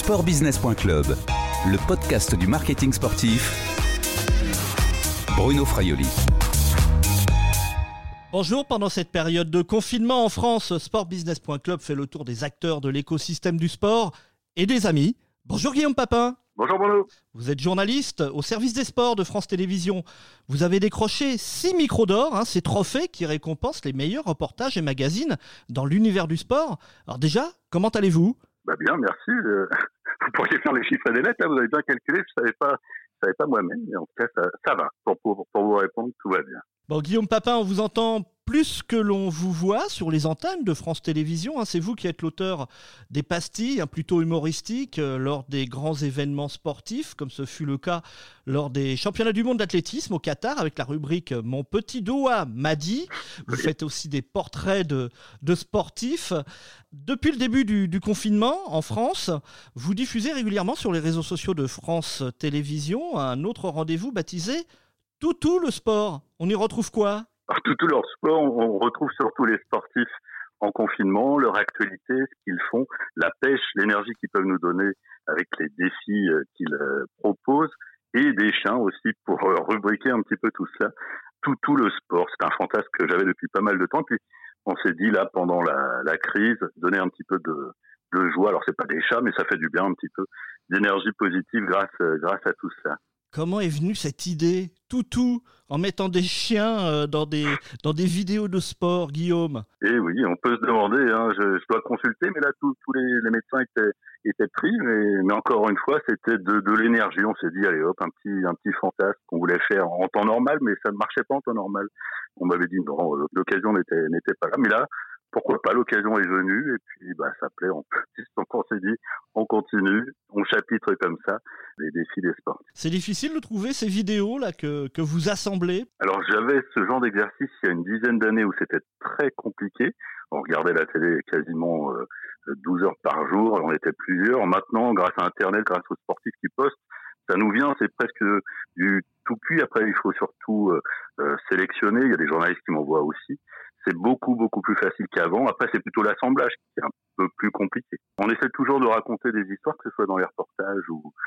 Sportbusiness.club, le podcast du marketing sportif. Bruno Fraioli. Bonjour, pendant cette période de confinement en France, Sportbusiness.club fait le tour des acteurs de l'écosystème du sport et des amis. Bonjour Guillaume Papin. Bonjour Bruno. Vous êtes journaliste au service des sports de France Télévisions. Vous avez décroché 6 micros d'or, ces trophées qui récompensent les meilleurs reportages et magazines dans l'univers du sport. Alors déjà, comment allez-vous ? Bien, merci. Vous pourriez faire les chiffres et les lettres, là, vous avez bien calculé, je savais pas moi-même, mais en tout cas ça va. Pour vous répondre, tout va bien. Bon, Guillaume Papin, on vous entend plus que l'on vous voit sur les antennes de France Télévisions. C'est vous qui êtes l'auteur des pastilles, plutôt humoristiques, lors des grands événements sportifs, comme ce fut le cas lors des championnats du monde d'athlétisme au Qatar, avec la rubrique « Mon petit doigt m'a dit ». Vous faites aussi des portraits de sportifs. Depuis le début du confinement en France, vous diffusez régulièrement sur les réseaux sociaux de France Télévisions un autre rendez-vous baptisé « Toutou le sport ». On y retrouve quoi ? Alors, tout leur sport, on retrouve surtout les sportifs en confinement, leur actualité, ce qu'ils font, la pêche, l'énergie qu'ils peuvent nous donner avec les défis qu'ils proposent, et des chiens aussi pour rubriquer un petit peu tout ça. Tout le sport, c'est un fantasme que j'avais depuis pas mal de temps. Puis on s'est dit là, pendant la crise, donner un petit peu de joie. Alors c'est pas des chats, mais ça fait du bien un petit peu d'énergie positive grâce à tout ça. Comment est venue cette idée, toutou, en mettant des chiens dans des vidéos de sport, Guillaume ? Eh oui, on peut se demander, je dois consulter, mais là, tous les médecins étaient pris, mais encore une fois, c'était de l'énergie. On s'est dit, allez hop, un petit fantasme qu'on voulait faire en temps normal, mais ça ne marchait pas en temps normal. On m'avait dit, non, l'occasion n'était pas là. Mais là, pourquoi pas, l'occasion est venue, et puis ça plaît, donc on s'est dit, on continue, on chapitre comme ça les défis des sports. C'est difficile de trouver ces vidéos là que vous assemblez ? Alors j'avais ce genre d'exercice il y a une dizaine d'années où c'était très compliqué. On regardait la télé quasiment 12 heures par jour, on était plusieurs. Maintenant, grâce à Internet, grâce aux sportifs qui postent, ça nous vient, c'est presque du tout cuit. Après, il faut surtout sélectionner, il y a des journalistes qui m'envoient aussi. C'est beaucoup plus facile qu'avant. Après, c'est plutôt l'assemblage qui est un peu plus compliqué. On essaie toujours de raconter des histoires, que ce soit dans les reportages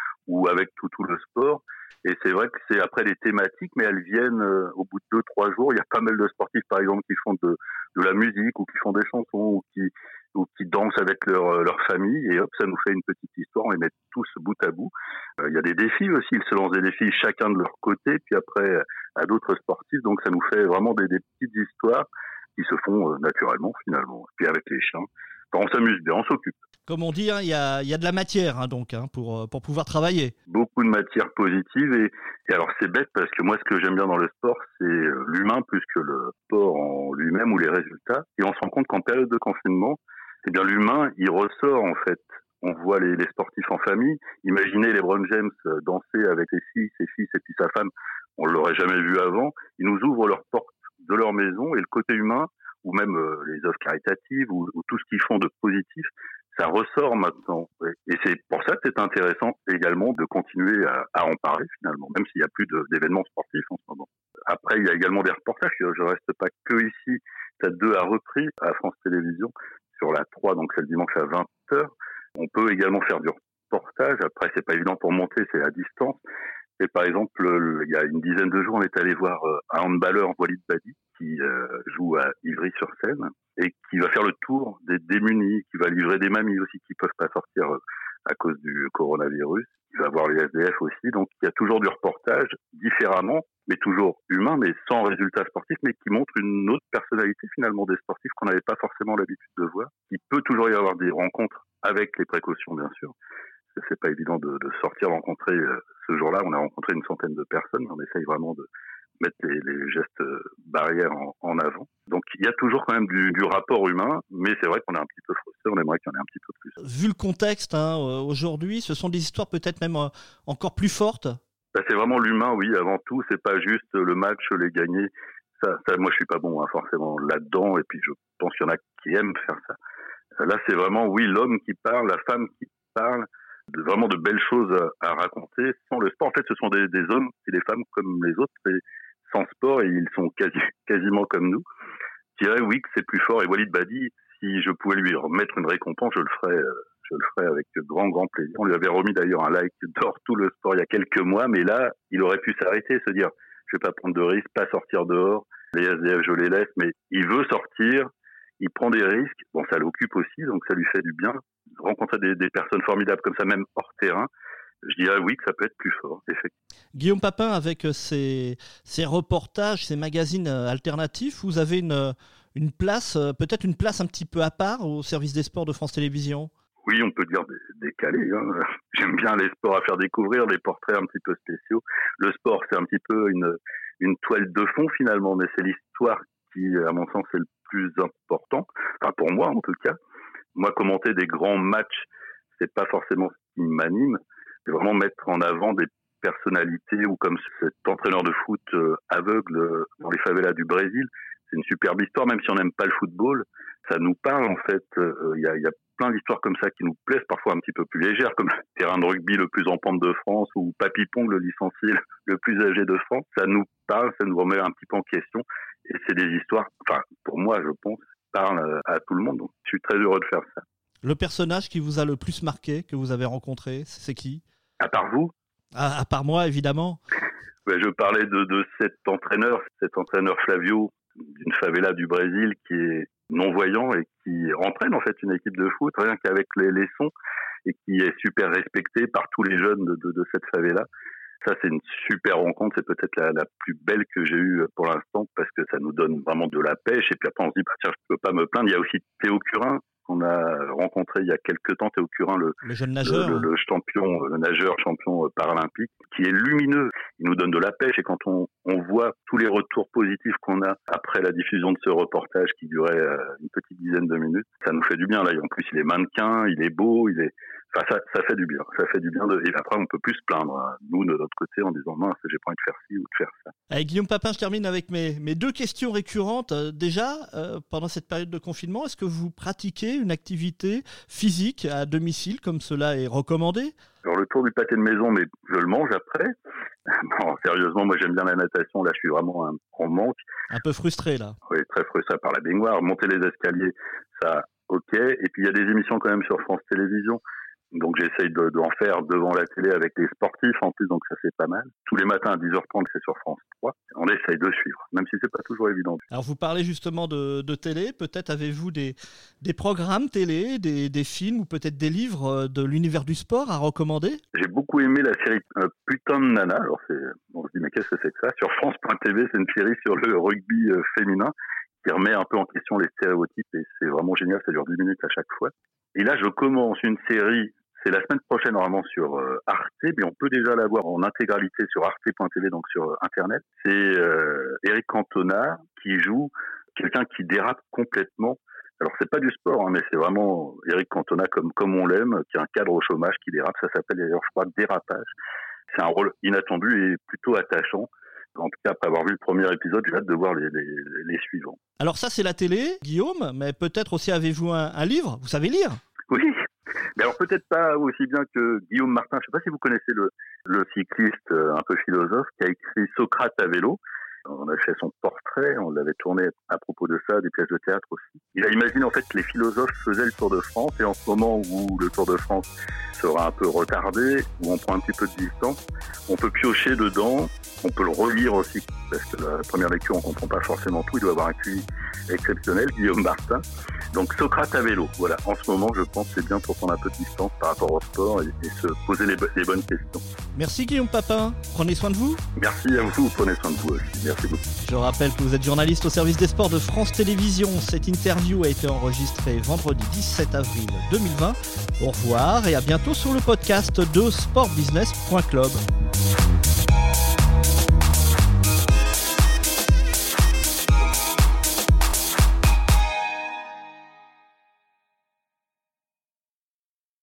ou avec tout le sport. Et c'est vrai que c'est après des thématiques, mais elles viennent au bout de 2-3 jours. Il y a pas mal de sportifs, par exemple, qui font de la musique ou qui font des chansons ou qui dansent avec leur famille. Et hop, ça nous fait une petite histoire. On les met tous bout à bout. Il y a des défis aussi. Ils se lancent des défis chacun de leur côté, puis après à d'autres sportifs. Donc ça nous fait vraiment des petites histoires qui se font naturellement finalement. Puis avec les chiens, on s'amuse bien, on s'occupe. Comme on dit, il y a de la matière pour pouvoir travailler. Beaucoup de matière positive et alors c'est bête parce que moi ce que j'aime bien dans le sport c'est l'humain plus que le sport en lui-même ou les résultats. Et on se rend compte qu'en période de confinement, c'est bien l'humain, il ressort en fait. On voit les sportifs en famille. Imaginez LeBron James danser avec ses fils et puis sa femme. On l'aurait jamais vu avant. Ils nous ouvrent leurs portes de leur maison et le côté humain ou même les œuvres caritatives ou tout ce qu'ils font de positif, ça ressort maintenant. Et c'est pour ça que c'est intéressant également de continuer à en parler finalement, même s'il n'y a plus d'événements sportifs en ce moment. Après, il y a également des reportages. Je ne reste pas que ici. Stade 2 a repris à France Télévisions sur la 3, donc c'est le dimanche à 20h. On peut également faire du reportage. Après, c'est pas évident pour monter, c'est à distance. Et par exemple, il y a une dizaine de jours, on est allé voir un handballeur, Walid Badi, qui joue à Ivry-sur-Seine et qui va faire le tour des démunis, qui va livrer des mamies aussi qui peuvent pas sortir à cause du coronavirus. Il va voir les SDF aussi. Donc, il y a toujours du reportage différemment, mais toujours humain, mais sans résultat sportif, mais qui montre une autre personnalité finalement des sportifs qu'on n'avait pas forcément l'habitude de voir. Il peut toujours y avoir des rencontres avec les précautions, bien sûr. C'est pas évident de sortir rencontrer ce jour-là. On a rencontré une centaine de personnes. On essaye vraiment de mettre les gestes barrières en avant. Donc il y a toujours quand même du rapport humain, mais c'est vrai qu'on est un petit peu frustré. On aimerait qu'il y en ait un petit peu plus. Vu le contexte aujourd'hui, ce sont des histoires peut-être même encore plus fortes. C'est vraiment l'humain, oui. Avant tout, c'est pas juste le match, les gagner. Ça, moi, je suis pas bon forcément là-dedans. Et puis je pense qu'il y en a qui aiment faire ça. Là, c'est vraiment l'homme qui parle, la femme qui parle. Vraiment de belles choses à raconter sans le sport. En fait, ce sont des hommes et des femmes comme les autres, et sans sport, et ils sont quasiment comme nous. Je dirais oui que c'est plus fort. Et Walid Badi, si je pouvais lui remettre une récompense, je le je le ferai avec grand plaisir. On lui avait remis d'ailleurs un like d'Hors Tout le Sport il y a quelques mois, mais là, il aurait pu s'arrêter, se dire, je vais pas prendre de risques, pas sortir dehors, les SDF, je les laisse, mais il veut sortir, il prend des risques, bon, ça l'occupe aussi, donc ça lui fait du bien. Rencontrer des personnes formidables comme ça, même hors terrain, je dirais oui que ça peut être plus fort, effectivement. Guillaume Papin, avec ces reportages, ces magazines alternatifs, vous avez une place, peut-être une place un petit peu à part au service des sports de France Télévisions? Oui, on peut dire décalé. Hein. J'aime bien les sports à faire découvrir, les portraits un petit peu spéciaux. Le sport, c'est un petit peu une toile de fond finalement, mais c'est l'histoire qui, à mon sens, est le plus important. Enfin, pour moi, en tout cas. Moi, commenter des grands matchs, c'est pas forcément ce qui m'anime. C'est vraiment mettre en avant des personnalités, ou comme cet entraîneur de foot aveugle dans les favelas du Brésil. C'est une superbe histoire, même si on n'aime pas le football. Ça nous parle, en fait. Il y a plein d'histoires comme ça qui nous plaisent, parfois un petit peu plus légères, comme le terrain de rugby le plus en pente de France, ou Papy Pong, le licencié le plus âgé de France. Ça nous parle, ça nous remet un petit peu en question. Et c'est des histoires, enfin, pour moi, je pense, parlent à tout le monde. Donc, je suis très heureux de faire ça. Le personnage qui vous a le plus marqué, que vous avez rencontré, c'est qui? À part vous? À part moi, évidemment. Ouais, je parlais de cet entraîneur Flavio, d'une favela du Brésil, qui est non-voyant et qui entraîne en fait une équipe de foot, rien qu'avec les sons, et qui est super respecté par tous les jeunes de cette favela. Ça, c'est une super rencontre, c'est peut-être la plus belle que j'ai eue pour l'instant, parce que ça nous donne vraiment de la pêche, et puis après on se dit, tiens, je peux pas me plaindre. Il y a aussi Théo Curin, qu'on a rencontré il y a quelques temps, Théo Curin, le jeune nageur, le champion, le nageur champion paralympique, qui est lumineux. Il nous donne de la pêche, et quand on voit tous les retours positifs qu'on a après la diffusion de ce reportage qui durait une petite dizaine de minutes, ça nous fait du bien. Là, en plus, il est mannequin, il est beau, Enfin, ça fait du bien. Ça fait du bien. Et après, on peut plus se plaindre, nous, de notre côté, en disant, mince, j'ai pas envie de faire ci ou de faire ça. Avec Guillaume Papin, je termine avec mes deux questions récurrentes. Déjà, pendant cette période de confinement, est-ce que vous pratiquez une activité physique à domicile, comme cela est recommandé? Alors, le tour du pâté de maison, mais je le mange après. Non, sérieusement, moi, j'aime bien la natation. Là, je suis vraiment en manque. Un peu frustré, là. Oui, très frustré par la baignoire. Monter les escaliers, ça, ok. Et puis, il y a des émissions quand même sur France Télévisions. Donc j'essaye d'en faire devant la télé avec les sportifs en plus, donc ça c'est pas mal. Tous les matins à 10h30 c'est sur France 3. On essaye de suivre, même si c'est pas toujours évident. Alors vous parlez justement de télé, peut-être avez-vous des programmes télé, des films ou peut-être des livres de l'univers du sport à recommander? J'ai beaucoup aimé la série Putain de Nana. Alors on se dit mais qu'est-ce que c'est que ça? Sur France.tv, c'est une série sur le rugby féminin qui remet un peu en question les stéréotypes, et c'est vraiment génial, ça dure 10 minutes à chaque fois. Et là, je commence une série, c'est la semaine prochaine normalement sur Arte, mais on peut déjà la voir en intégralité sur arte.tv, donc sur Internet. C'est Eric Cantona qui joue quelqu'un qui dérape complètement. Alors, c'est pas du sport, hein, mais c'est vraiment Eric Cantona comme on l'aime, qui est un cadre au chômage qui dérape. Ça s'appelle d'ailleurs, je crois, Dérapage. C'est un rôle inattendu et plutôt attachant. En tout cas, après avoir vu le premier épisode, j'ai hâte de voir les suivants. Alors ça, c'est la télé, Guillaume, mais peut-être aussi avez-vous un livre? Vous savez lire? Oui, mais alors peut-être pas aussi bien que Guillaume Martin. Je ne sais pas si vous connaissez le cycliste un peu philosophe qui a écrit Socrate à vélo. On a fait son portrait, on l'avait tourné à propos de ça, des pièces de théâtre aussi. Il a imaginé en fait que les philosophes faisaient le Tour de France, et en ce moment où le Tour de France sera un peu retardé, où on prend un petit peu de distance, on peut piocher dedans, on peut le relire aussi, parce que la première lecture on ne comprend pas forcément tout, il doit avoir un QI exceptionnel, Guillaume Martin. Donc Socrate à vélo, voilà, en ce moment je pense que c'est bien pour prendre un peu de distance par rapport au sport et se poser les bonnes questions. Merci Guillaume Papin, prenez soin de vous. Merci à vous, prenez soin de vous aussi, merci beaucoup. Je rappelle que vous êtes journaliste au service des sports de France Télévisions. Cette interview a été enregistrée vendredi 17 avril 2020. Au revoir et à bientôt sur le podcast de sportbusiness.club.